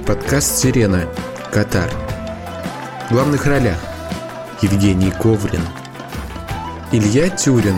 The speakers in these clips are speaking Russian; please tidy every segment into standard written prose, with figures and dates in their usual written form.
Подкаст «Сирена. Катар». В главных ролях Евгений Коврин, Илья Тюрин.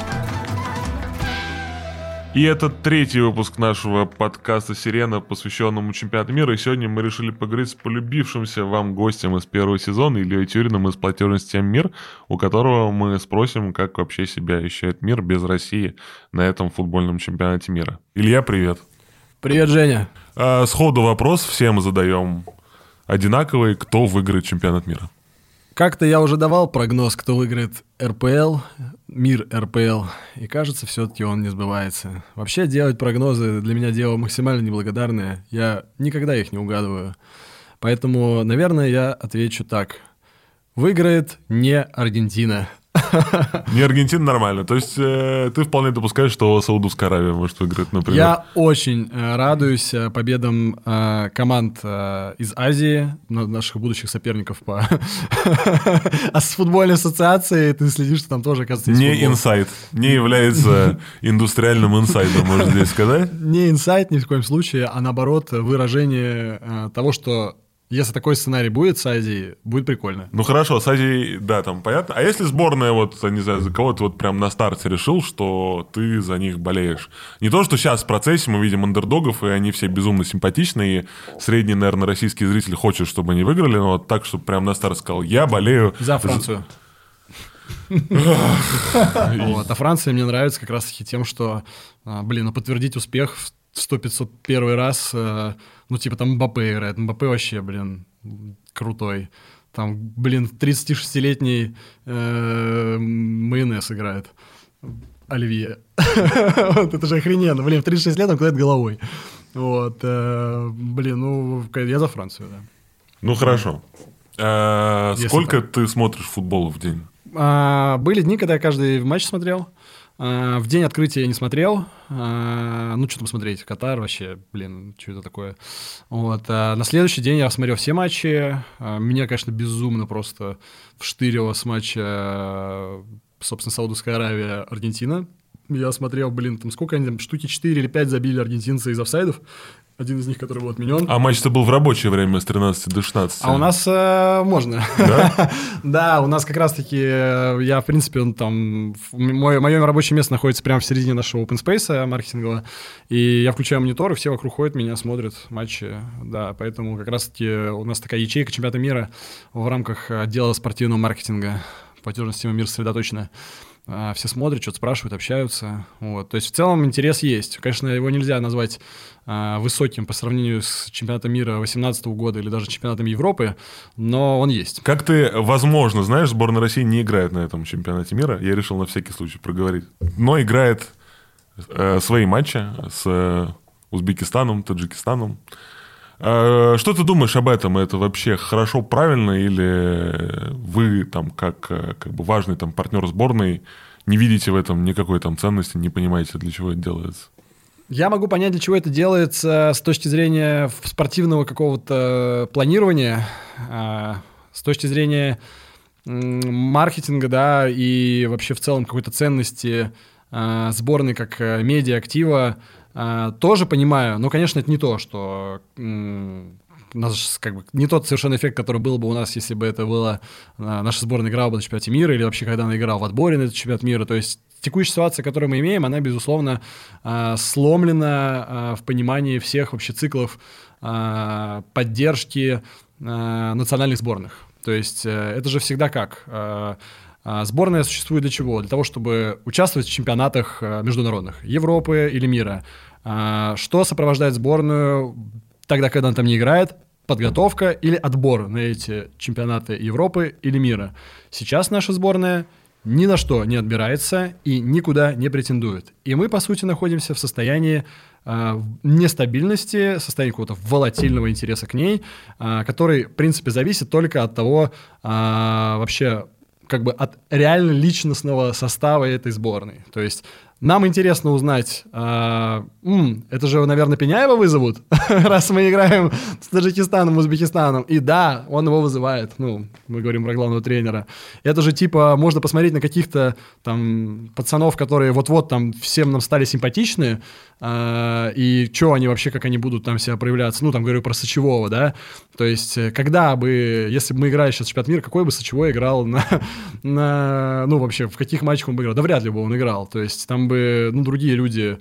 И это третий выпуск нашего подкаста «Сирена», посвященному чемпионату мира. И сегодня мы решили поговорить с полюбившимся вам гостем из первого сезона, Ильей Тюриным из платежной системы «Мир», у которого мы спросим, как вообще себя ощущает мир без России на этом футбольном чемпионате мира. Илья, привет. Привет, Женя. Сходу вопрос всем задаем одинаковый. Кто выиграет чемпионат мира? Как-то я уже давал прогноз, кто выиграет РПЛ, мир РПЛ, и кажется, все-таки он не сбывается. Вообще делать прогнозы для меня дело максимально неблагодарное, я никогда их не угадываю. Поэтому, наверное, я отвечу так. Выиграет не Аргентина. Не Аргентина, нормально. То есть ты вполне допускаешь, что Саудовская Аравия может выиграть, например? Я очень радуюсь победам команд из Азии, наших будущих соперников по с футбольной ассоциацией. Ты следишь, что там тоже, оказывается, есть футбол. Не инсайд, не является индустриальным инсайдом, можно здесь сказать? Не инсайд ни в коем случае, а наоборот выражение того, что если такой сценарий будет с Азией, будет прикольно. Ну хорошо, с Азией, да, там понятно. А если сборная, вот, не знаю, за кого ты вот прям на старте решил, что ты за них болеешь? Не то, что сейчас в процессе мы видим андердогов, и они все безумно симпатичные, и средний, наверное, российский зритель хочет, чтобы они выиграли, но вот так, чтобы прям на старт сказал, я болею... За Францию. А Франция мне нравится как раз-таки тем, что, подтвердить успех в 100-501 раз, там Мбаппе играет. Мбаппе вообще, крутой. Там, 36-летний майонез играет. Оливье. Это же охрененно. В 36 лет он кидает головой. Я за Францию, да. Ну, хорошо. Сколько ты смотришь футбол в день? Были дни, когда я каждый матч смотрел. В день открытия я не смотрел. Что там смотреть? Катар вообще, что это такое? На следующий день я смотрел все матчи. Меня, конечно, безумно просто вштырило с матча, собственно, Саудовская Аравия, Аргентина. Я смотрел, сколько они там, штуки 4 или 5 забили аргентинцы из офсайдов. Один из них, который был отменен. А матч-то был в рабочее время с 13 до 16. А у нас можно. Да? Да, у нас как раз-таки, я, в принципе, мое рабочее место находится прямо в середине нашего open space маркетингового, и я включаю монитор, и все вокруг ходят, меня смотрят матчи, да, поэтому как раз-таки у нас такая ячейка чемпионата мира в рамках отдела спортивного маркетинга, платежная система «Мир» сосредоточена. Все смотрят, что-то спрашивают, общаются. То есть в целом интерес есть. Конечно, его нельзя назвать высоким по сравнению с чемпионатом мира 2018 года или даже чемпионатом Европы, но он есть. Как ты, возможно, знаешь, сборная России не играет на этом чемпионате мира. Я решил на всякий случай проговорить. Но играет свои матчи с Узбекистаном, Таджикистаном. Что ты думаешь об этом? Это вообще хорошо, правильно? Или вы, как важный партнер сборной, не видите в этом никакой ценности, не понимаете, для чего это делается? Я могу понять, для чего это делается с точки зрения спортивного какого-то планирования, с точки зрения маркетинга, да, и вообще в целом какой-то ценности сборной как медиа-актива. Тоже понимаю, но, конечно, это не то, что не тот совершенно эффект, который был бы у нас, если бы это была наша сборная играла бы на чемпионате мира, или вообще, когда она играла в отборе на этот чемпионат мира. То есть текущая ситуация, которую мы имеем, она, безусловно, сломлена в понимании всех вообще циклов поддержки национальных сборных. То есть это же всегда как? Сборная существует для чего? Для того, чтобы участвовать в чемпионатах международных, Европы или мира. Что сопровождает сборную тогда, когда она там не играет? Подготовка или отбор на эти чемпионаты Европы или мира. Сейчас наша сборная ни на что не отбирается и никуда не претендует. И мы, по сути, находимся в состоянии нестабильности, состоянии какого-то волатильного интереса к ней, который, в принципе, зависит только от того, вообще, от реально личностного состава этой сборной. То есть Нам интересно узнать, это же, наверное, Пеняева вызовут, раз мы играем с Таджикистаном, Узбекистаном. И да, он его вызывает. Мы говорим про главного тренера. Это же типа можно посмотреть на каких-то там пацанов, которые вот-вот там всем нам стали симпатичны, и что они вообще, как они будут там себя проявляться. Там говорю про Сычевого, да. То есть, если бы мы играли сейчас в чемпионат мира, какой бы Сычевой играл вообще, в каких матчах он бы играл? Да вряд ли бы он играл. То есть, там бы, другие люди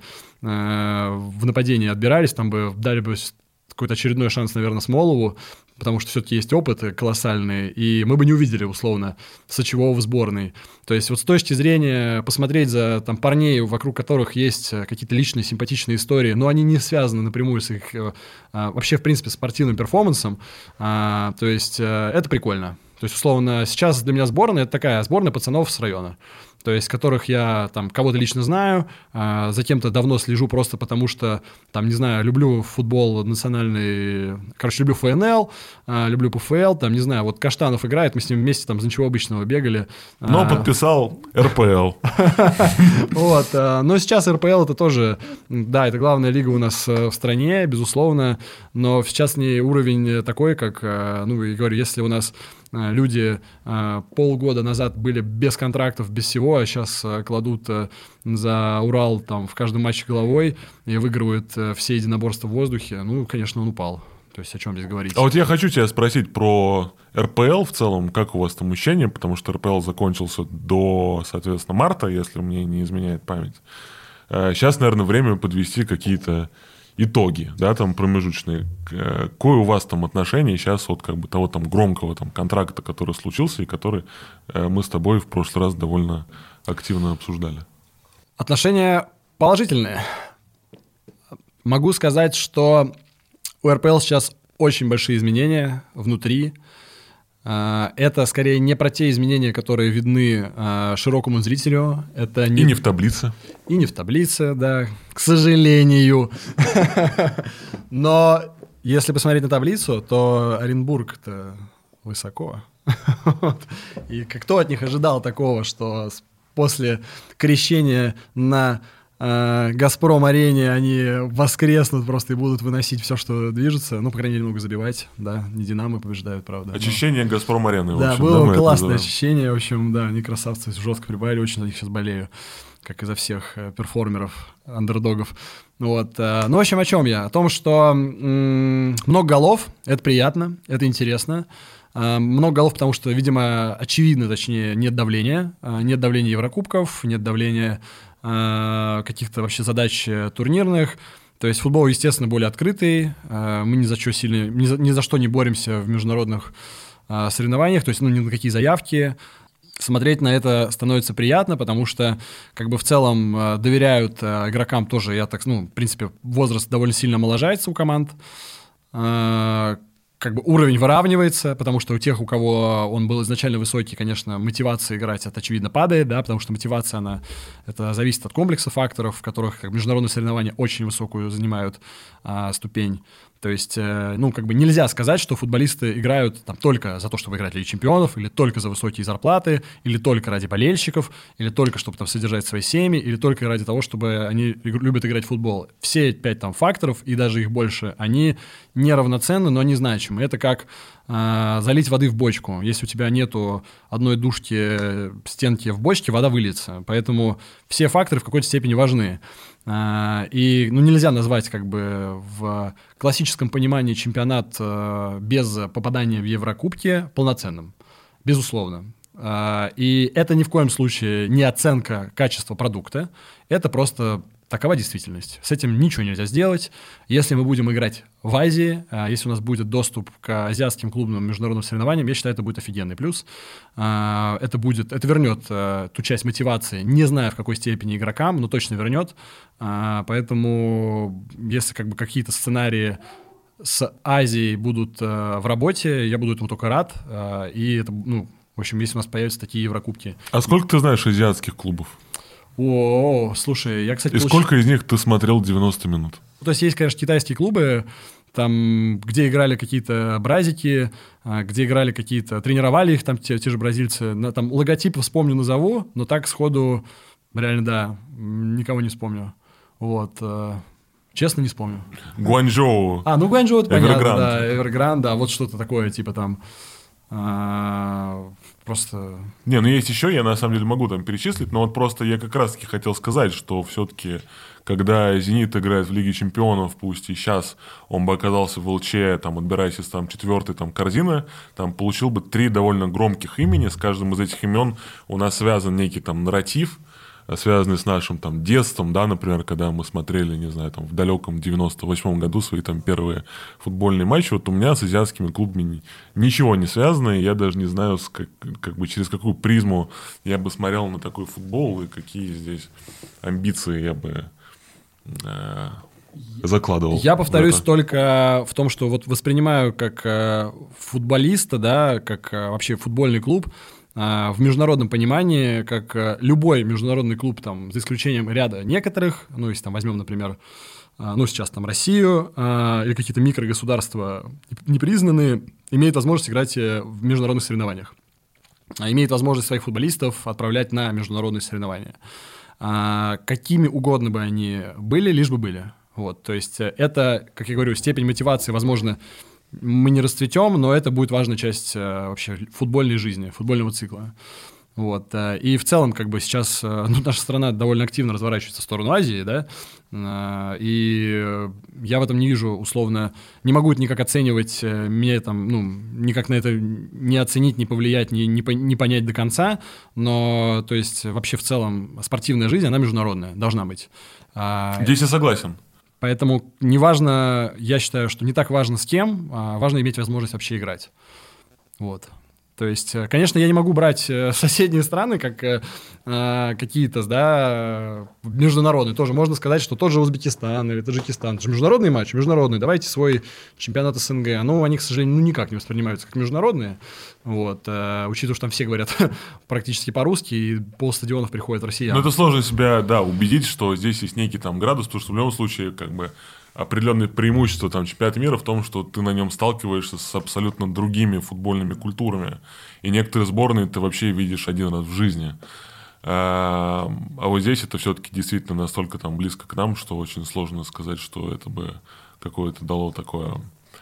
в нападении отбирались, там бы дали бы какой-то очередной шанс, наверное, Смолову, потому что все-таки есть опыт колоссальный, и мы бы не увидели, условно, Сычевого в сборной. То есть вот с точки зрения посмотреть за там, парней, вокруг которых есть какие-то личные симпатичные истории, но они не связаны напрямую с их вообще, в принципе, спортивным перформансом, то есть это прикольно. То есть, условно, сейчас для меня сборная – это такая сборная пацанов с района. То есть, которых я там кого-то лично знаю, за кем-то давно слежу просто потому, что, там, не знаю, люблю футбол национальный, люблю ФНЛ, люблю ПФЛ, там, не знаю, вот Каштанов играет, мы с ним вместе там за ничего обычного бегали. Но подписал РПЛ. Вот, но сейчас РПЛ это тоже, да, это главная лига у нас в стране, безусловно, но сейчас не уровень такой, как, я говорю, если у нас люди полгода назад были без контрактов, без всего, а сейчас кладут за Урал там, в каждом матче головой и выигрывают все единоборства в воздухе, конечно, он упал. То есть о чем здесь говорить? А вот я хочу тебя спросить про РПЛ в целом, как у вас там ощущения, потому что РПЛ закончился до, соответственно, марта, если мне не изменяет память. Сейчас, наверное, время подвести какие-то итоги, да, там промежуточные. Какое у вас там отношение сейчас от того там громкого там контракта, который случился и который мы с тобой в прошлый раз довольно активно обсуждали? Отношения положительные. Могу сказать, что у РПЛ сейчас очень большие изменения внутри. Это скорее не про те изменения, которые видны широкому зрителю. Это не... И не в таблице. И не в таблице, да, к сожалению. Но если посмотреть на таблицу, то Оренбург-то высоко. И кто от них ожидал такого, что после крещения на «Газпром-арене» они воскреснут просто и будут выносить все, что движется. По крайней мере, много забивать. Да, не «Динамо» побеждают, правда. Очищение «Газпром-арены». Да, было классное очищение. В общем, да, они красавцы, жестко прибавили. Очень за них сейчас болею, как и за всех перформеров, андердогов. Вот. В общем, о чем я? О том, что много голов, это приятно, это интересно. Много голов, потому что, видимо, очевидно, точнее, нет давления. Нет давления Еврокубков, нет давления каких-то вообще задач турнирных. То есть футбол, естественно, более открытый. Мы ни за что не боремся в международных соревнованиях, то есть ни на какие заявки. Смотреть на это становится приятно, потому что в целом доверяют игрокам тоже. В принципе, возраст довольно сильно омоложается у команд. Уровень выравнивается, потому что у тех, у кого он был изначально высокий, конечно, мотивация играть, это очевидно падает, да, потому что мотивация, это зависит от комплекса факторов, в которых международные соревнования очень высокую занимают ступень. То есть, нельзя сказать, что футболисты играют там только за то, чтобы играть в Лиге чемпионов, или только за высокие зарплаты, или только ради болельщиков, или только чтобы там содержать свои семьи, или только ради того, чтобы они любят играть в футбол. Все 5 там факторов, и даже их больше, они неравноценны, но они значимы. Это как залить воды в бочку. Если у тебя нету одной дужки, стенки в бочке, вода выльется. Поэтому все факторы в какой-то степени важны. И нельзя назвать в классическом понимании чемпионат без попадания в Еврокубки полноценным, безусловно. И это ни в коем случае не оценка качества продукта, это просто такова действительность. С этим ничего нельзя сделать. Если мы будем играть в Азии, если у нас будет доступ к азиатским клубным международным соревнованиям, я считаю, это будет офигенный плюс. Это вернет ту часть мотивации, не знаю в какой степени игрокам, но точно вернет. Поэтому если какие-то сценарии с Азией будут в работе, я буду этому только рад. И это, в общем, если у нас появятся такие Еврокубки. А сколько ты знаешь азиатских клубов? Слушай, я, кстати... И сколько из них ты смотрел 90 минут? То есть, конечно, китайские клубы, там, где играли какие-то бразики, где играли какие-то... Тренировали их там те же бразильцы. Там логотипы вспомню, назову, но так сходу Реально, да. Никого не вспомню. Вот. Честно, не вспомню. Гуанчжоу. Гуанчжоу, это понятно, Evergrande. да. Evergrande, да. Вот что-то такое, типа там... просто... Не, ну есть еще, я на самом деле могу там перечислить, но вот просто я как раз-таки хотел сказать, что все-таки, когда «Зенит» играет в Лиге Чемпионов, пусть и сейчас он бы оказался в ЛЧ, там, отбираясь там 4-й там корзины, там получил бы 3 довольно громких имени, с каждым из этих имен у нас связан некий там нарратив, связанный с нашим там детством, да, например, когда мы смотрели, не знаю, там в далеком 98-м году свои там первые футбольные матчи, вот у меня с азиатскими клубами ничего не связано, и я даже не знаю, как бы через какую призму я бы смотрел на такой футбол и какие здесь амбиции я бы закладывал. Я повторюсь только в том, что вот воспринимаю как футболиста, да, как вообще футбольный клуб, в международном понимании, как любой международный клуб, там, за исключением ряда некоторых, ну, если там возьмем, например, сейчас там Россию или какие-то микрогосударства непризнанные, имеет возможность играть в международных соревнованиях, имеет возможность своих футболистов отправлять на международные соревнования. Какими угодно бы они были, лишь бы были. Вот, то есть это, как я говорю, степень мотивации, возможно, мы не расцветем, но это будет важная часть вообще футбольной жизни, футбольного цикла. Вот. И в целом, как бы сейчас наша страна довольно активно разворачивается в сторону Азии, да, и я в этом не вижу, условно, не могу это никак оценивать, мне там, никак на это не оценить, не повлиять, не понять до конца, но, то есть, вообще в целом спортивная жизнь, она международная, должна быть. Здесь я согласен. Поэтому неважно, я считаю, что не так важно с кем, важно иметь возможность вообще играть. Вот. То есть, конечно, я не могу брать соседние страны как какие-то, да, международные. Тоже можно сказать, что тот же Узбекистан или Таджикистан. Это же международные матчи, международные. Давайте свой чемпионат СНГ. Они, к сожалению, никак не воспринимаются как международные. Вот. Учитывая, что там все говорят практически по-русски, и полстадионов приходят россиян. Ну, это сложно себя, да, убедить, что здесь есть некий там градус, потому что в любом случае, как бы, определенное преимущество там чемпионата мира в том, что ты на нем сталкиваешься с абсолютно другими футбольными культурами. И некоторые сборные ты вообще видишь один раз в жизни. А вот здесь это все-таки действительно настолько там близко к нам, что очень сложно сказать, что это бы какое-то дало такое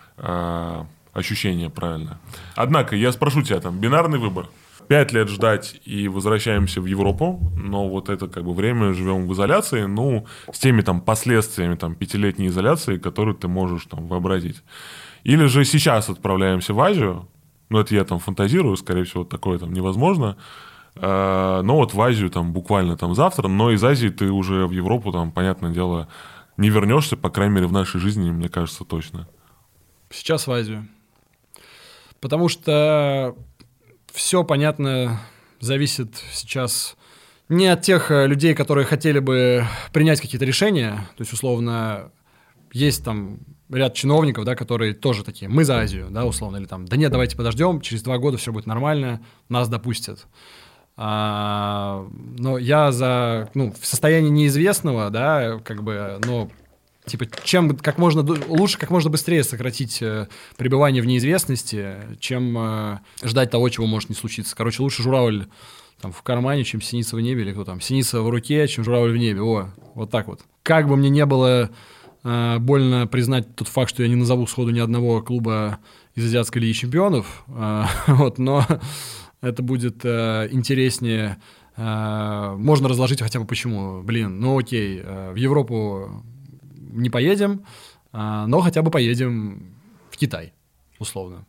ощущение правильно. Однако, я спрошу тебя, там, бинарный выбор. 5 лет ждать и возвращаемся в Европу, но вот это как бы время живем в изоляции, с теми там последствиями там 5-летней изоляции, которые ты можешь там вообразить. Или же сейчас отправляемся в Азию, это я там фантазирую, скорее всего, такое там невозможно, но вот в Азию там буквально там завтра, но из Азии ты уже в Европу там, понятное дело, не вернешься, по крайней мере, в нашей жизни, мне кажется, точно. Сейчас в Азию. Потому что все, понятно, зависит сейчас не от тех людей, которые хотели бы принять какие-то решения. То есть, условно, есть там ряд чиновников, да, которые тоже такие, мы за Азию, да, условно, или там, да нет, давайте подождем, через 2 года все будет нормально, нас допустят. Но я в состоянии неизвестного, да, как бы, чем как можно лучше, как можно быстрее сократить пребывание в неизвестности, чем ждать того, чего может не случиться. Короче, лучше журавль там в кармане, чем синица в небе, или кто там, синица в руке, чем журавль в небе. Вот так вот. Как бы мне не было больно признать тот факт, что я не назову сходу ни одного клуба из Азиатской лиги чемпионов, но это будет интереснее. Можно разложить хотя бы почему. Окей, в Европу не поедем, но хотя бы поедем в Китай, условно.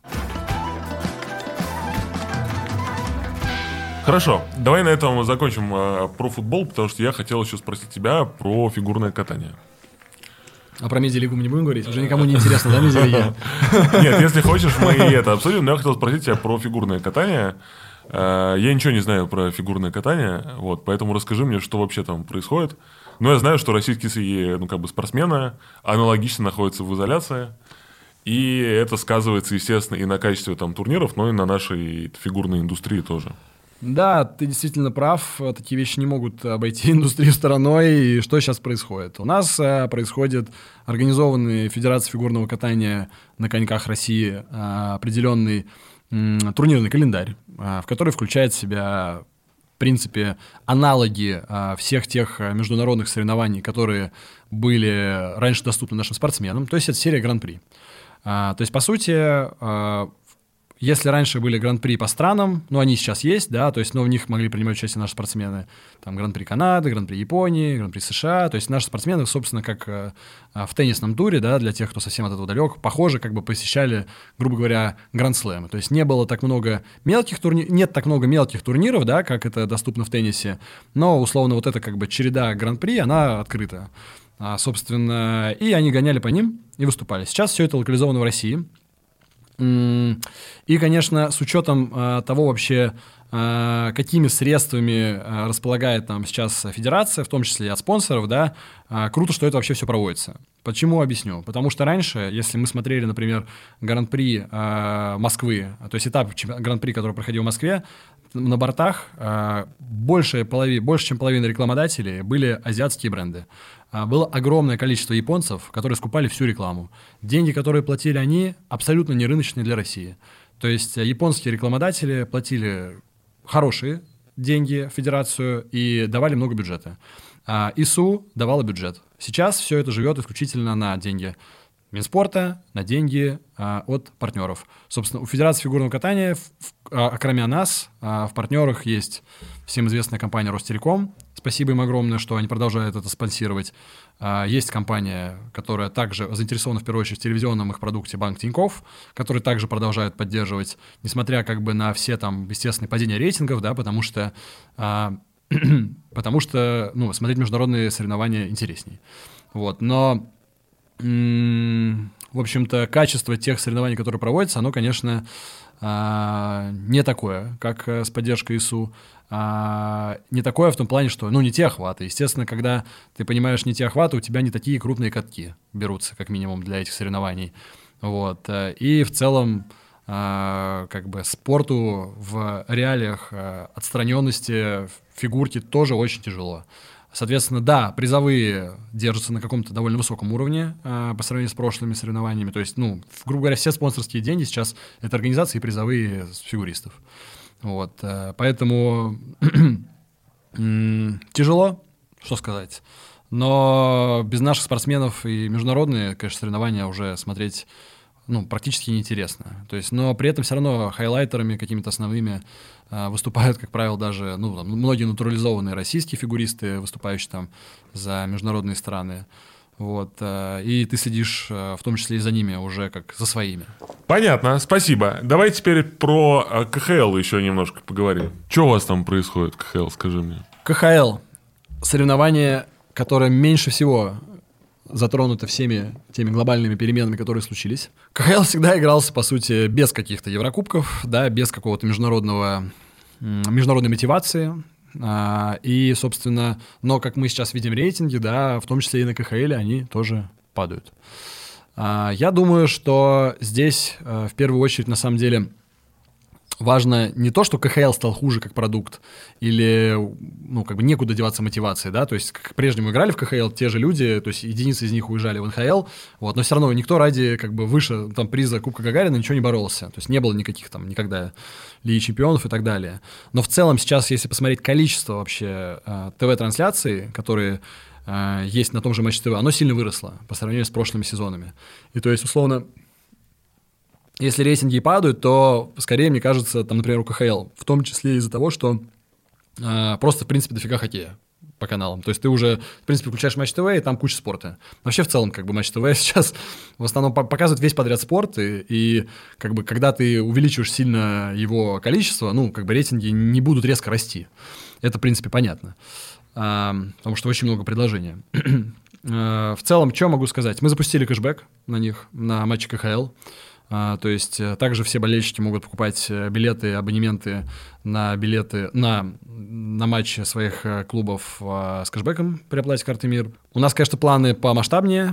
Хорошо, давай на этом закончим про футбол, потому что я хотел еще спросить тебя про фигурное катание. А про медиалигу мы не будем говорить? Уже никому не интересно, да, медиалига? Нет, если хочешь, мы и это обсудим, но я хотел спросить тебя про фигурное катание. Я ничего не знаю про фигурное катание, поэтому расскажи мне, что вообще там происходит. Я знаю, что российские спортсмены аналогично находятся в изоляции, и это сказывается, естественно, и на качестве там турниров, но и на нашей фигурной индустрии тоже. Да, ты действительно прав, такие вещи не могут обойти индустрию стороной. И что сейчас происходит? У нас происходит организованный Федерацией фигурного катания на коньках России определенный турнирный календарь, в который включает в себя принципе, аналоги всех тех международных соревнований, которые были раньше доступны нашим спортсменам. То есть это серия Гран-при. То есть, по сути, если раньше были Гран-при по странам, ну, они сейчас есть, да, то есть, но в них могли принимать участие наши спортсмены, там, Гран-при Канады, Гран-при Японии, Гран-при США, то есть наши спортсмены, собственно, как в теннисном туре, да, для тех, кто совсем от этого далек, похоже, как бы посещали, грубо говоря, гранд-слэмы, то есть не было так много мелких турниров, нет так много мелких турниров, да, как это доступно в теннисе, но, условно, вот эта как бы череда Гран-при, она открыта, собственно, и они гоняли по ним и выступали. Сейчас все это локализовано в России. И, конечно, с учетом того вообще, какими средствами располагает там сейчас федерация, в том числе и от спонсоров, да, круто, что это вообще все проводится. Почему? Объясню. Потому что раньше, если мы смотрели, например, Гран-при Москвы, то есть этап Гран-при, который проходил в Москве, на бортах больше, чем половина рекламодателей были азиатские бренды. Было огромное количество японцев, которые скупали всю рекламу. Деньги, которые платили они, абсолютно не рыночные для России. То есть японские рекламодатели платили хорошие деньги в федерацию и давали много бюджета. ИСУ давала бюджет. Сейчас все это живет исключительно на деньги Минспорта, на деньги от партнеров. Собственно, у Федерации фигурного катания, кроме нас, в партнерах есть всем известная компания Ростелеком. Спасибо им огромное, что они продолжают это спонсировать. Есть компания, которая также заинтересована в первую очередь в телевизионном их продукте Банк Тинькофф, который также продолжает поддерживать, несмотря как бы на все там естественные падения рейтингов, да, потому что ну, смотреть международные соревнования интересней. Вот, но в общем-то, качество тех соревнований, которые проводятся, оно, конечно, не такое, как с поддержкой ИСУ. Не такое в том плане, что, ну, не те охваты. Естественно, когда ты понимаешь не те охваты, у тебя не такие крупные катки берутся, как минимум, для этих соревнований. Вот. И в целом, как бы, спорту в реалиях отстраненности фигурки тоже очень тяжело. Соответственно, да, призовые держатся на каком-то довольно высоком уровне по сравнению с прошлыми соревнованиями. То есть, ну, грубо говоря, все спонсорские деньги сейчас — это организации и призовые фигуристов. Вот, поэтому тяжело, что сказать. Но без наших спортсменов и международные, конечно, соревнования уже смотреть, ну, практически неинтересно. То есть, но при этом все равно хайлайтерами какими-то основными выступают, как правило, даже, ну, там, многие натурализованные российские фигуристы, выступающие там за международные страны. Вот, и ты следишь в том числе и за ними уже как за своими. Понятно, спасибо. Давай теперь про КХЛ еще немножко поговорим. Что у вас там происходит, КХЛ, скажи мне? КХЛ – соревнование, которое меньше всего затронуто всеми теми глобальными переменами, которые случились. КХЛ всегда игрался, по сути, без каких-то еврокубков, да, без какого-то международной мотивации. И, собственно, но, как мы сейчас видим рейтинги, да, в том числе и на КХЛ, они тоже падают. Я думаю, что здесь в первую очередь, на самом деле, важно не то, что КХЛ стал хуже как продукт, или, ну, как бы некуда деваться мотивации, да, то есть как прежнему играли в КХЛ те же люди, то есть единицы из них уезжали в НХЛ, вот, но все равно никто ради, как бы, выше там приза Кубка Гагарина ничего не боролся, то есть не было никаких там никогда Лиги Чемпионов и так далее. Но в целом сейчас, если посмотреть количество вообще ТВ-трансляций, которые есть на том же Матч ТВ, оно сильно выросло по сравнению с прошлыми сезонами. И то есть, условно, если рейтинги и падают, то скорее, мне кажется, там, например, у КХЛ, в том числе из-за того, что просто, в принципе, дофига хоккея по каналам. То есть ты уже, в принципе, включаешь Матч ТВ, и там куча спорта. Вообще, в целом, как бы, Матч ТВ сейчас в основном показывает весь подряд спорт, и как бы, когда ты увеличиваешь сильно его количество, ну, как бы, рейтинги не будут резко расти. Это, в принципе, понятно. Потому что очень много предложений. В целом, что могу сказать? Мы запустили кэшбэк на них, на матче КХЛ. То есть также все болельщики могут покупать билеты, абонементы на матчи своих клубов с кэшбэком при оплате карты МИР. У нас, конечно, планы помасштабнее,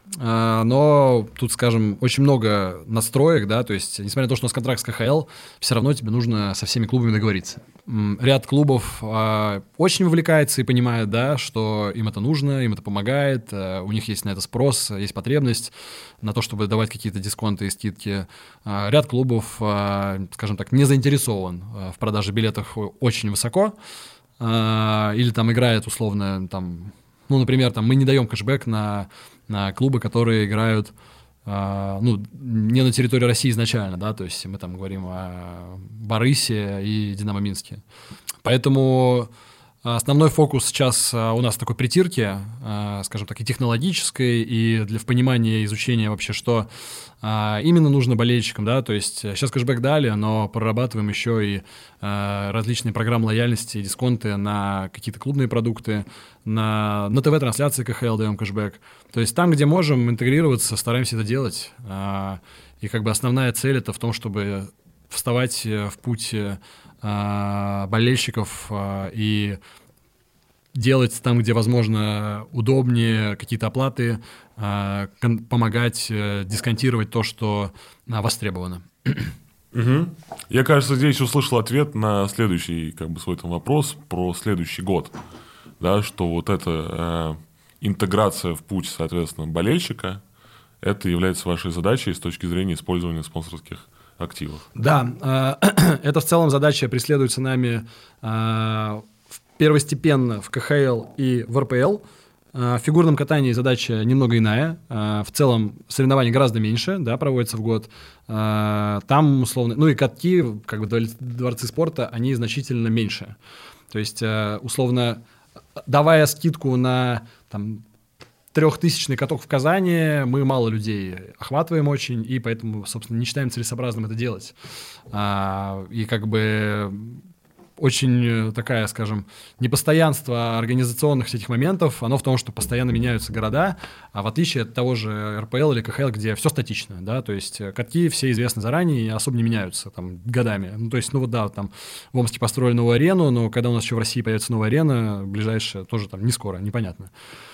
но тут, скажем, очень много настроек, да, то есть, несмотря на то, что у нас контракт с КХЛ, все равно тебе нужно со всеми клубами договориться. Ряд клубов очень вовлекается и понимает, да, что им это нужно, им это помогает, у них есть на это спрос, есть потребность на то, чтобы давать какие-то дисконты и скидки. Ряд клубов, скажем так, не заинтересован в продаже билетов очень высоко, или там играет условно, там, ну, например, там, мы не даем кэшбэк на клубы, которые играют не на территории России изначально, да, то есть мы там говорим о Борисе и Динамо Минске. Поэтому основной фокус сейчас у нас такой притирки, скажем так, и технологической, и в понимании изучения вообще, что именно нужно болельщикам, да, то есть сейчас кэшбэк дали, но прорабатываем еще и различные программы лояльности и дисконты на какие-то клубные продукты, на ТВ-трансляции КХЛ даем кэшбэк. То есть там, где можем интегрироваться, стараемся это делать. И как бы основная цель это в том, чтобы вставать в путь болельщиков и делать там, где возможно удобнее какие-то оплаты, помогать дисконтировать то, что востребовано. Угу. Я, кажется, здесь услышал ответ на следующий как бы свой там вопрос про следующий год. Да, что вот эта интеграция в путь, соответственно, болельщика, это является вашей задачей с точки зрения использования спонсорских активов. Да, это в целом задача преследуется нами первостепенно в КХЛ и в РПЛ. В фигурном катании задача немного иная. В целом соревнований гораздо меньше, да, проводится в год. Там, условно, ну и катки, как бы дворцы спорта, они значительно меньше. То есть, условно, давая скидку на там, 3000-й каток в Казани, мы мало людей охватываем очень, и поэтому, собственно, не считаем целесообразным это делать. И как бы очень такая, скажем, непостоянство организационных всех этих моментов, оно в том, что постоянно меняются города, а в отличие от того же РПЛ или КХЛ, где все статично, да, то есть катки все известны заранее и особо не меняются там годами. Ну, то есть, ну вот да, там в Омске построили новую арену, но когда у нас еще в России появится новая арена, ближайшая тоже там не скоро, непонятно.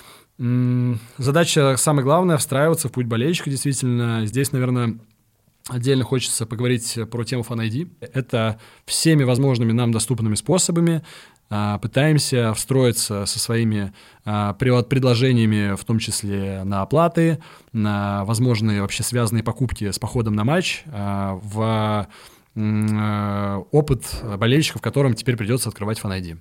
Задача самая главная — встраиваться в путь болельщика, действительно. Здесь, наверное, отдельно хочется поговорить про тему Fan ID. Это всеми возможными нам доступными способами пытаемся встроиться со своими предложениями, в том числе на оплаты, на возможные вообще связанные покупки с походом на матч, в опыт болельщиков, которым теперь придется открывать Fan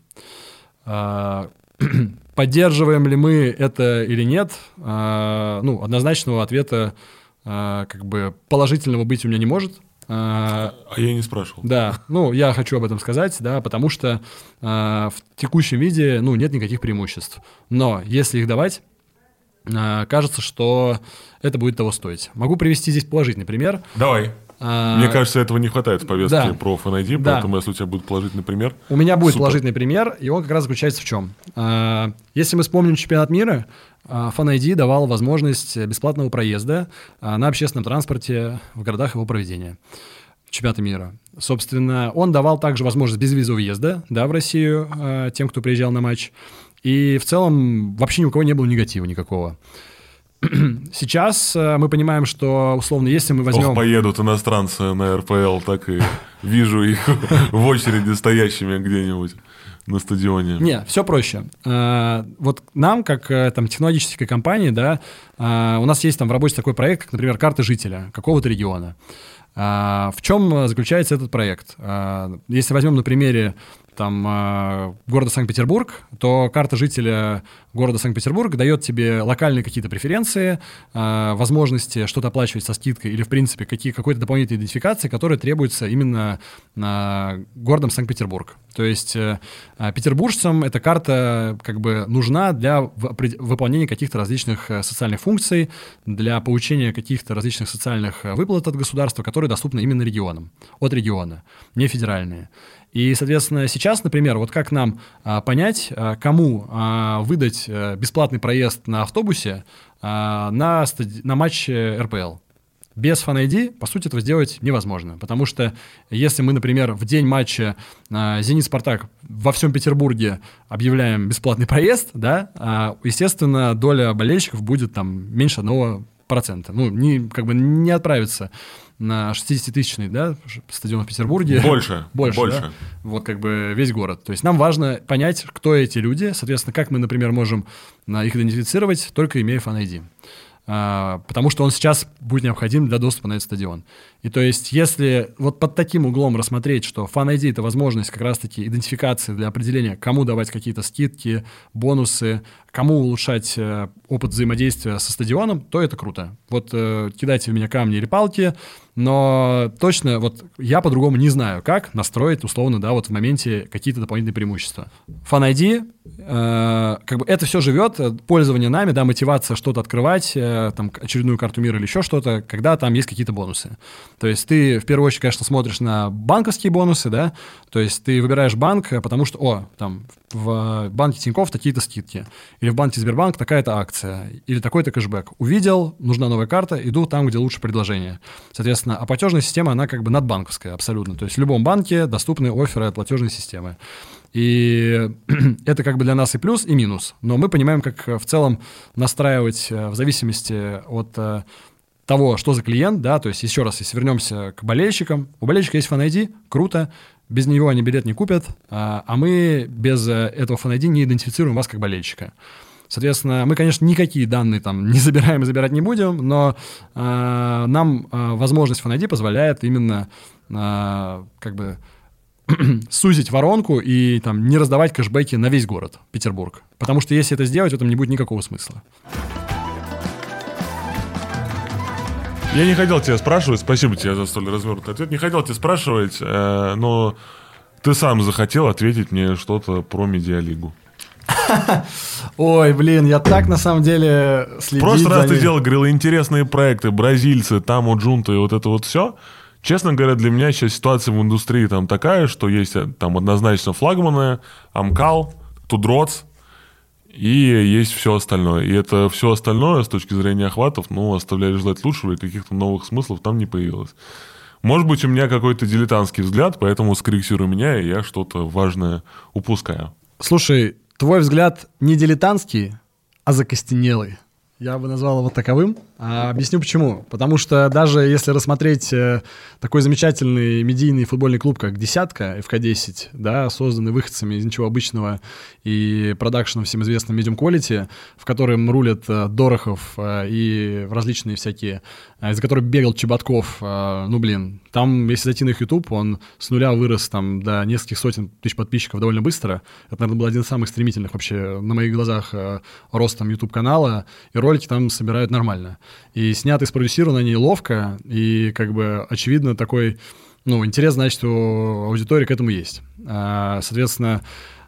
ID. Поддерживаем ли мы это или нет? Ну, однозначного ответа как бы положительного быть у меня не может. А я не спрашивал. Да, ну, я хочу об этом сказать, да, потому что в текущем виде, ну, нет никаких преимуществ. Но если их давать, кажется, что это будет того стоить. Могу привести здесь положительный пример. Давай. Мне кажется, этого не хватает в повестке про Fan ID, поэтому если у тебя будет положительный пример... У меня будет положительный пример, и он как раз заключается в чем? Если мы вспомним чемпионат мира, Fan ID давал возможность бесплатного проезда на общественном транспорте в городах его проведения. Чемпионата мира. Собственно, он давал также возможность безвизового въезда, да, в Россию тем, кто приезжал на матч. И в целом вообще ни у кого не было негатива никакого. Сейчас мы понимаем, что, условно, если мы возьмем... поедут иностранцы на РПЛ, так и вижу их в очереди стоящими где-нибудь на стадионе. Не, все проще. Вот нам, как там, технологической компании, да, у нас есть там в работе такой проект, как, например, карта жителя какого-то региона. В чем заключается этот проект? Если возьмем на примере там, города Санкт-Петербург, то карта жителя города Санкт-Петербург дает тебе локальные какие-то преференции, возможности что-то оплачивать со скидкой или, в принципе, какой-то дополнительной идентификации, которая требуется именно городом Санкт-Петербург. То есть петербуржцам эта карта как бы нужна для выполнения каких-то различных социальных функций, для получения каких-то различных социальных выплат от государства, которые доступны именно регионам, от региона, не федеральные. И, соответственно, сейчас, например, вот как нам понять, кому выдать бесплатный проезд на автобусе на матч РПЛ? Без Fan ID, по сути, этого сделать невозможно, потому что если мы, например, в день матча «Зенит-Спартак» во всем Петербурге объявляем бесплатный проезд, да, естественно, доля болельщиков будет там меньше 1%. Ну, как бы не отправится на 60-тысячный, да, стадион в Петербурге. Больше. Да? Вот как бы весь город. То есть нам важно понять, кто эти люди, соответственно, как мы, например, можем их идентифицировать, только имея Fan ID. потому что он сейчас будет необходим для доступа на этот стадион. И то есть, если вот под таким углом рассмотреть, что Fan ID — это возможность как раз-таки идентификации для определения, кому давать какие-то скидки, бонусы, кому улучшать опыт взаимодействия со стадионом, то это круто. Вот кидайте в меня камни или палки, но точно вот я по-другому не знаю, как настроить условно, да, вот в моменте какие-то дополнительные преимущества. Fan ID, как бы это все живет, пользование нами, да, мотивация что-то открывать, там очередную карту мира или еще что-то, когда там есть какие-то бонусы. То есть ты в первую очередь, конечно, смотришь на банковские бонусы, да, то есть ты выбираешь банк, потому что, там в банке Тинькофф такие-то скидки, или в банке Сбербанк такая-то акция, или такой-то кэшбэк. Увидел, нужна новая карта, иду там, где лучше предложение. Соответственно, а платежная система, она как бы надбанковская абсолютно. То есть в любом банке доступны офферы от платежной системы. И это как бы для нас и плюс, и минус. Но мы понимаем, как в целом настраивать в зависимости от того, что за клиент, да, то есть еще раз, если вернемся к болельщикам, у болельщика есть Fan ID, круто, без него они билет не купят, а мы без этого Fan ID не идентифицируем вас как болельщика. Соответственно, мы, конечно, никакие данные там не забираем и забирать не будем, но нам возможность Fan ID позволяет именно как бы сузить воронку и там не раздавать кэшбэки на весь город Петербург. Потому что если это сделать, в этом не будет никакого смысла. Я не хотел тебя спрашивать, спасибо тебе за столь развернутый ответ. Не хотел тебя спрашивать, но ты сам захотел ответить мне что-то про медиалигу. Ой, блин, я так на самом деле следил. Просто раз ты говорил, интересные проекты, бразильцы, там у Джунта и вот это вот все. Честно говоря, для меня сейчас ситуация в индустрии там такая, что есть там однозначно флагманы, Амкал, Тудроц, и есть все остальное. И это все остальное с точки зрения охватов, оставляет желать лучшего, и каких-то новых смыслов там не появилось. Может быть, у меня какой-то дилетантский взгляд, поэтому скорректируй меня, и я что-то важное упускаю. Слушай, твой взгляд не дилетантский, а закостенелый. Я бы назвал его таковым. Объясню почему. Потому что даже если рассмотреть такой замечательный медийный футбольный клуб, как «Десятка», ФК-10, да, созданный выходцами из ничего обычного и продакшеном всем известным Medium Quality, в котором рулят Дорохов и различные всякие, из-за которых бегал Чеботков, там, если зайти на их YouTube, он с нуля вырос там до нескольких сотен тысяч подписчиков довольно быстро. Это, наверное, был один из самых стремительных вообще на моих глазах ростом YouTube-канала, и ролики там собирают нормально. И снято и спродюсировано они ловко, и как бы очевидно такой, интерес, значит, у аудитории к этому есть. Соответственно,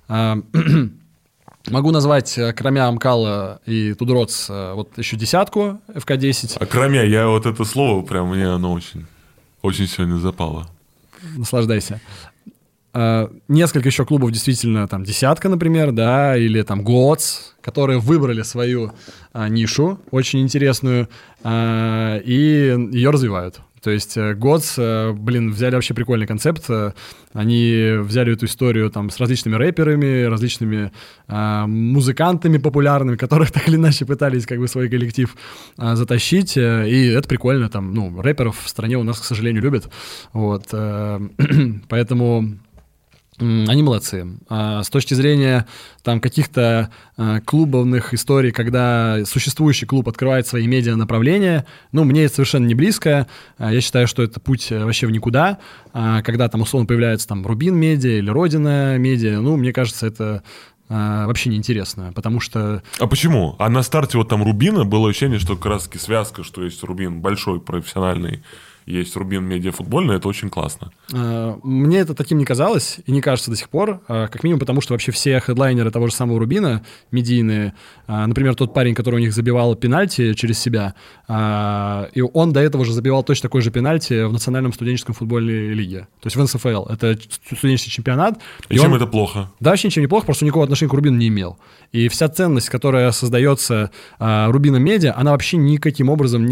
могу назвать, кроме Амкала и Тудроц, вот еще «Десятку», ФК-10. А кроме, я вот это слово, прям мне оно очень сегодня запало. Наслаждайся. Несколько еще клубов действительно, там, «Десятка», например, да, или там «ГОЦ», которые выбрали свою нишу, очень интересную, и ее развивают. То есть ГОЦ, взяли вообще прикольный концепт. Они взяли эту историю там с различными рэперами, различными музыкантами популярными, которых так или иначе пытались как бы свой коллектив затащить. И это прикольно. Там, рэперов в стране у нас, к сожалению, любят. Вот. Поэтому они молодцы. С точки зрения там каких-то клубовных историй, когда существующий клуб открывает свои медиа-направления, мне это совершенно не близко. Я считаю, что это путь вообще в никуда. Когда там условно появляется там Рубин Медиа или Родина Медиа, мне кажется, это вообще неинтересно, потому что... А почему? А на старте вот там Рубина было ощущение, что как раз-таки связка, что есть Рубин большой, профессиональный, есть Рубин медиафутбольный, это очень классно. Мне это таким не казалось и не кажется до сих пор, как минимум потому, что вообще все хедлайнеры того же самого Рубина, медийные, например, тот парень, который у них забивал пенальти через себя, и он до этого же забивал точно такой же пенальти в Национальном студенческом футбольной лиге, то есть в НСФЛ. Это студенческий чемпионат. И чем это плохо? Да, вообще ничем не плохо, просто никакого отношения к Рубину не имел. И вся ценность, которая создается Рубином Медиа, она вообще никаким образом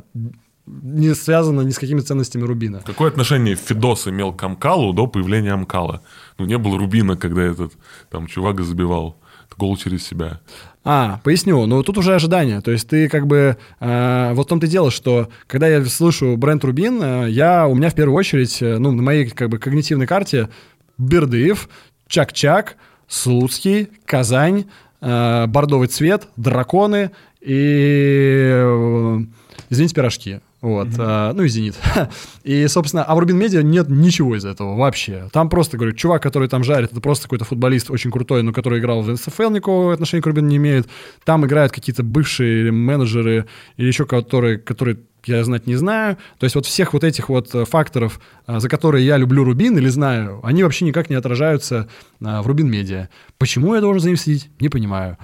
не связано ни с какими ценностями Рубина. Какое отношение Фидос имел к Амкалу до появления Амкала? Не было Рубина, когда этот там чувак забивал гол через себя. Поясню. Тут уже ожидание. То есть ты как бы... вот в том-то и дело, что когда я слышу бренд Рубин, у меня в первую очередь, на моей как бы когнитивной карте Бердыев, Чак-Чак, Слуцкий, Казань, бордовый цвет, драконы и, извините, пирожки. Вот, ну и «Зенит». И, собственно, а в Рубин Медиа нет ничего из этого вообще. Там просто, говорю, чувак, который там жарит, это просто какой-то футболист очень крутой, но который играл в НСФЛ, никакого отношения к Рубину не имеет. Там играют какие-то бывшие менеджеры или еще которые я знать не знаю. То есть вот всех вот этих вот факторов, за которые я люблю Рубин или знаю, они вообще никак не отражаются в Рубин Медиа. Почему я должен за ним следить? Не понимаю.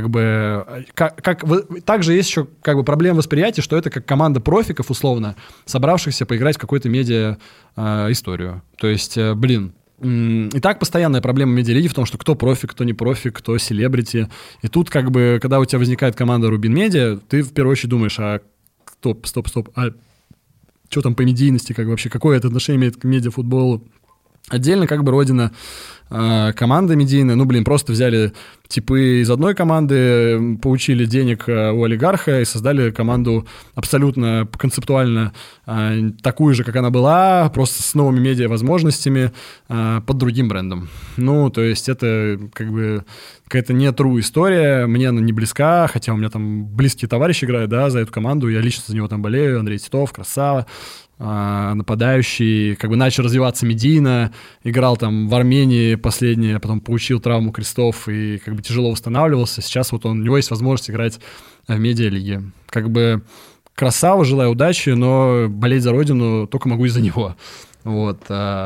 Также есть еще проблема восприятия, что это как команда профиков, условно, собравшихся поиграть в какой-то медиа историю. То есть, и так постоянная проблема медиалиги в том, что кто профик, кто не профик, кто селебрити. И тут когда у тебя возникает команда Рубин Медиа, ты в первую очередь думаешь, стоп, а что там по медийности, вообще, какое это отношение имеет к медиафутболу? Отдельно родина команда медийная, просто взяли типы из одной команды, получили денег у олигарха и создали команду абсолютно концептуально такую же, как она была, просто с новыми медиа-возможностями под другим брендом. То есть это какая-то не true история, мне она не близка, хотя у меня там близкие товарищи играют, да, за эту команду, я лично за него там болею, Андрей Титов, красава, нападающий, начал развиваться медийно, играл там в Армении последнее, потом получил травму крестов и тяжело восстанавливался. Сейчас вот у него есть возможность играть в медиалиге. Красава, желаю удачи, но болеть за родину только могу из-за него. Вот.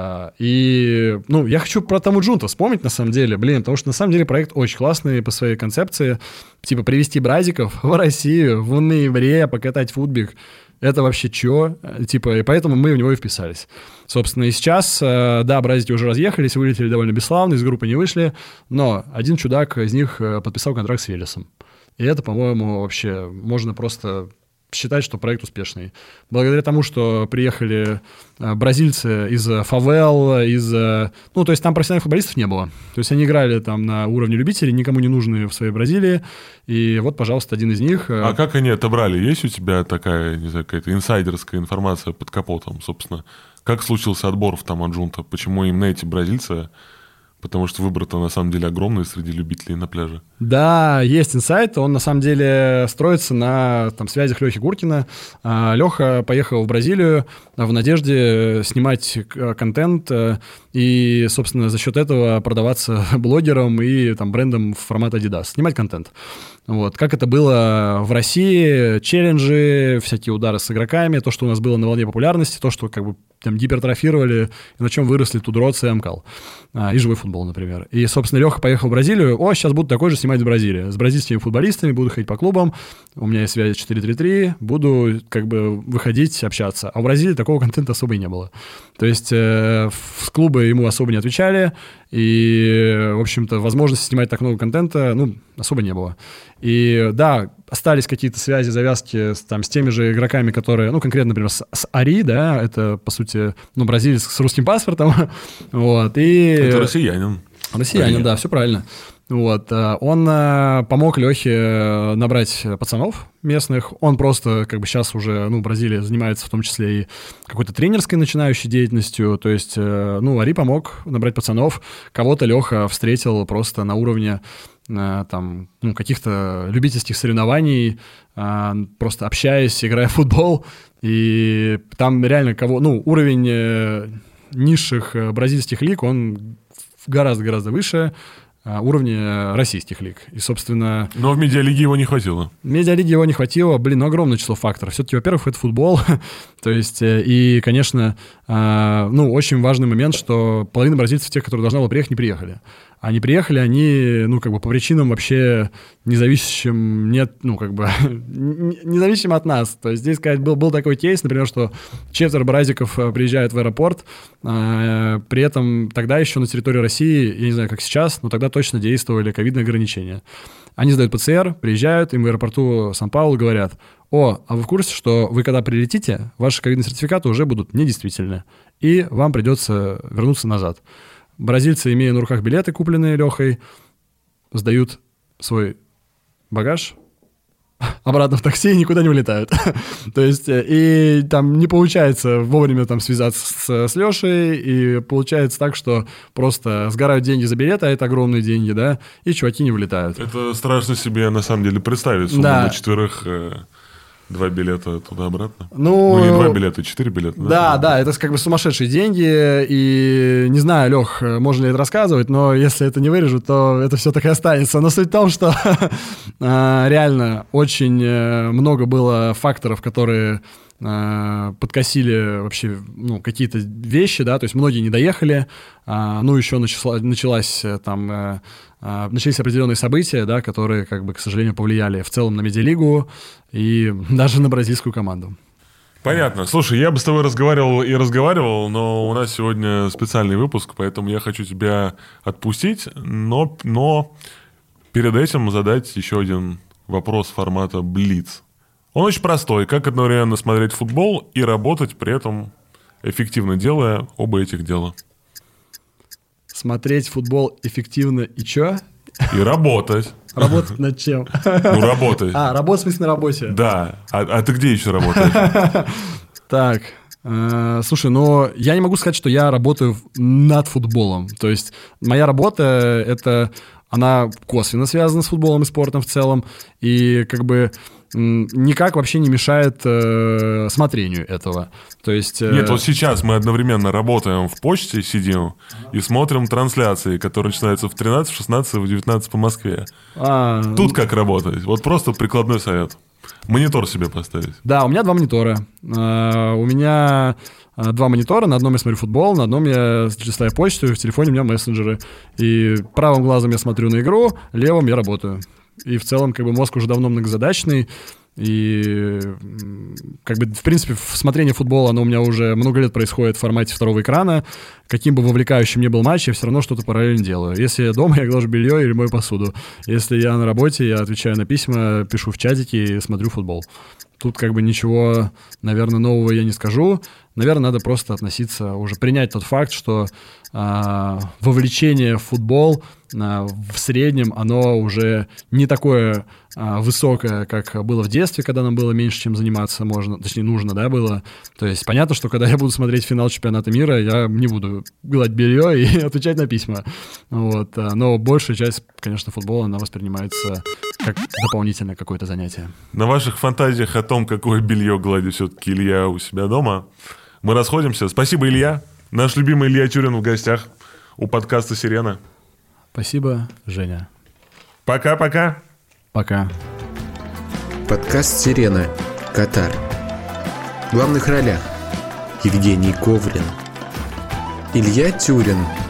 И, я хочу про Тому Джунта вспомнить, на самом деле, потому что, на самом деле, проект очень классный по своей концепции. Привезти бразиков в Россию в ноябре, покатать футбик. Это вообще чё? И поэтому мы в него и вписались. Собственно, и сейчас, да, бразики уже разъехались, вылетели довольно бесславно, из группы не вышли, но один чудак из них подписал контракт с Велесом. И это, по-моему, вообще можно просто считать, что проект успешный. Благодаря тому, что приехали бразильцы из фавел, то есть там профессиональных футболистов не было. То есть они играли там на уровне любителей, никому не нужные в своей Бразилии. И вот, пожалуйста, один из них. А как они отобрали? Есть у тебя такая, не знаю, какая-то инсайдерская информация под капотом, собственно? Как случился отбор в Тому Джунта? Почему именно эти бразильцы? Потому что выбор-то на самом деле огромный среди любителей на пляже. Да, есть инсайт. Он на самом деле строится на связях Лехи Гуркина. Леха поехал в Бразилию в надежде снимать контент и, собственно, за счет этого продаваться блогерам и брендам в формат Adidas. Снимать контент. Вот. Как это было в России, челленджи, всякие удары с игроками, то, что у нас было на волне популярности, то, что гипертрофировали, и на чем выросли Тудроц и Амкал. И живой футбол, например. И, собственно, Леха поехал в Бразилию. Сейчас буду такой же снимать в Бразилии. С бразильскими футболистами буду ходить по клубам. У меня есть связь 433. Буду выходить, общаться. А в Бразилии такого контента особо и не было. То есть в клубы ему особо не отвечали. И, в общем-то, возможности снимать так много контента, особо не было. И, да, остались какие-то связи, завязки с теми же игроками, которые, конкретно, например, с Ари, да, это, по сути, бразилец с русским паспортом. Вот, и... Это россиянин. Россиянин, да, все правильно. Вот, он помог Лехе набрать пацанов местных. Он просто сейчас уже, Бразилия занимается в том числе и какой-то тренерской начинающей деятельностью. То есть, Ари помог набрать пацанов. Кого-то Леха встретил просто на уровне каких-то любительских соревнований, просто общаясь, играя в футбол. И там реально уровень низших бразильских лиг, он гораздо-гораздо выше уровня российских лиг. И, собственно... Но в медиалиге его не хватило. В медиалиге его не хватило, огромное число факторов. Все-таки, во-первых, это футбол. То есть, и, конечно, очень важный момент, что половина бразильцев, тех, которые должны были приехать, не приехали. А не приехали они, по причинам вообще независящим, независимо от нас. То есть здесь, был такой кейс, например, что четверо бразиков приезжают в аэропорт, при этом тогда еще на территории России, я не знаю, как сейчас, но тогда точно действовали ковидные ограничения. Они сдают ПЦР, приезжают, им в аэропорту Сан-Паулу говорят: а вы в курсе, что вы, когда прилетите, ваши ковидные сертификаты уже будут недействительны, и вам придется вернуться назад. Бразильцы, имея на руках билеты, купленные Лехой, сдают свой багаж обратно в такси и никуда не улетают. То есть, и там не получается вовремя там связаться с Лешей, и получается так, что просто сгорают деньги за билет, а это огромные деньги, да, и чуваки не вылетают. Это страшно себе, на самом деле, представить. Сумма на 4... 2 билета туда-обратно? Ну, не 2 билета, 4 билета. Да, это как бы сумасшедшие деньги, и не знаю, Лех, можно ли это рассказывать, но если это не вырежут, то это все так и останется. Но суть в том, что реально очень много было факторов, которые подкосили вообще какие-то вещи, да, то есть многие не доехали, еще начались определенные события, да, которые, как бы, к сожалению, повлияли в целом на медиалигу и даже на бразильскую команду. Понятно. Слушай, я бы с тобой разговаривал, но у нас сегодня специальный выпуск, поэтому я хочу тебя отпустить, но перед этим задать еще один вопрос формата «Блиц». Он очень простой. Как одновременно смотреть футбол и работать, при этом эффективно делая оба этих дела? Смотреть футбол эффективно и чё? И работать. Работать над чем? Работать. Работать в смысле на работе? Да. А ты где еще работаешь? Так, слушай, я не могу сказать, что я работаю над футболом. То есть моя работа, она косвенно связана с футболом и спортом в целом. И как бы никак вообще не мешает смотрению этого. То есть, Нет, вот сейчас мы одновременно работаем в почте, сидим и смотрим трансляции, которые начинаются в 13, в 16, в 19 по Москве. Тут как работать? Вот просто прикладной совет. Монитор себе поставить. Да, у меня 2 монитора. У меня 2 монитора. На одном я смотрю футбол, на одном я листаю почту, в телефоне у меня мессенджеры. И правым глазом я смотрю на игру, левым я работаю. И в целом, как бы, мозг уже давно многозадачный, и, как бы, в принципе, смотрение футбола, оно у меня уже много лет происходит в формате второго экрана. Каким бы вовлекающим ни был матч, я все равно что-то параллельно делаю. Если я дома, я глажу белье или мою посуду. Если я на работе, я отвечаю на письма, пишу в чатике и смотрю футбол. Тут как бы ничего, наверное, нового я не скажу. Наверное, надо просто относиться, уже принять тот факт, что вовлечение в футбол в среднем, оно уже не такое высокое, как было в детстве, когда нам было меньше, чем заниматься нужно, да, было. То есть понятно, что когда я буду смотреть финал чемпионата мира, я не буду гладить белье и отвечать на письма. Вот. Но большая часть, конечно, футбола, она воспринимается как дополнительное какое-то занятие. На ваших фантазиях о том, какое белье гладит все-таки Илья у себя дома, мы расходимся. Спасибо, Илья. Наш любимый Илья Тюрин в гостях у подкаста «Сирена». Спасибо, Женя. Пока-пока. Пока. Подкаст «Сирена. Катар». В главных ролях Евгений Коврин, Илья Тюрин,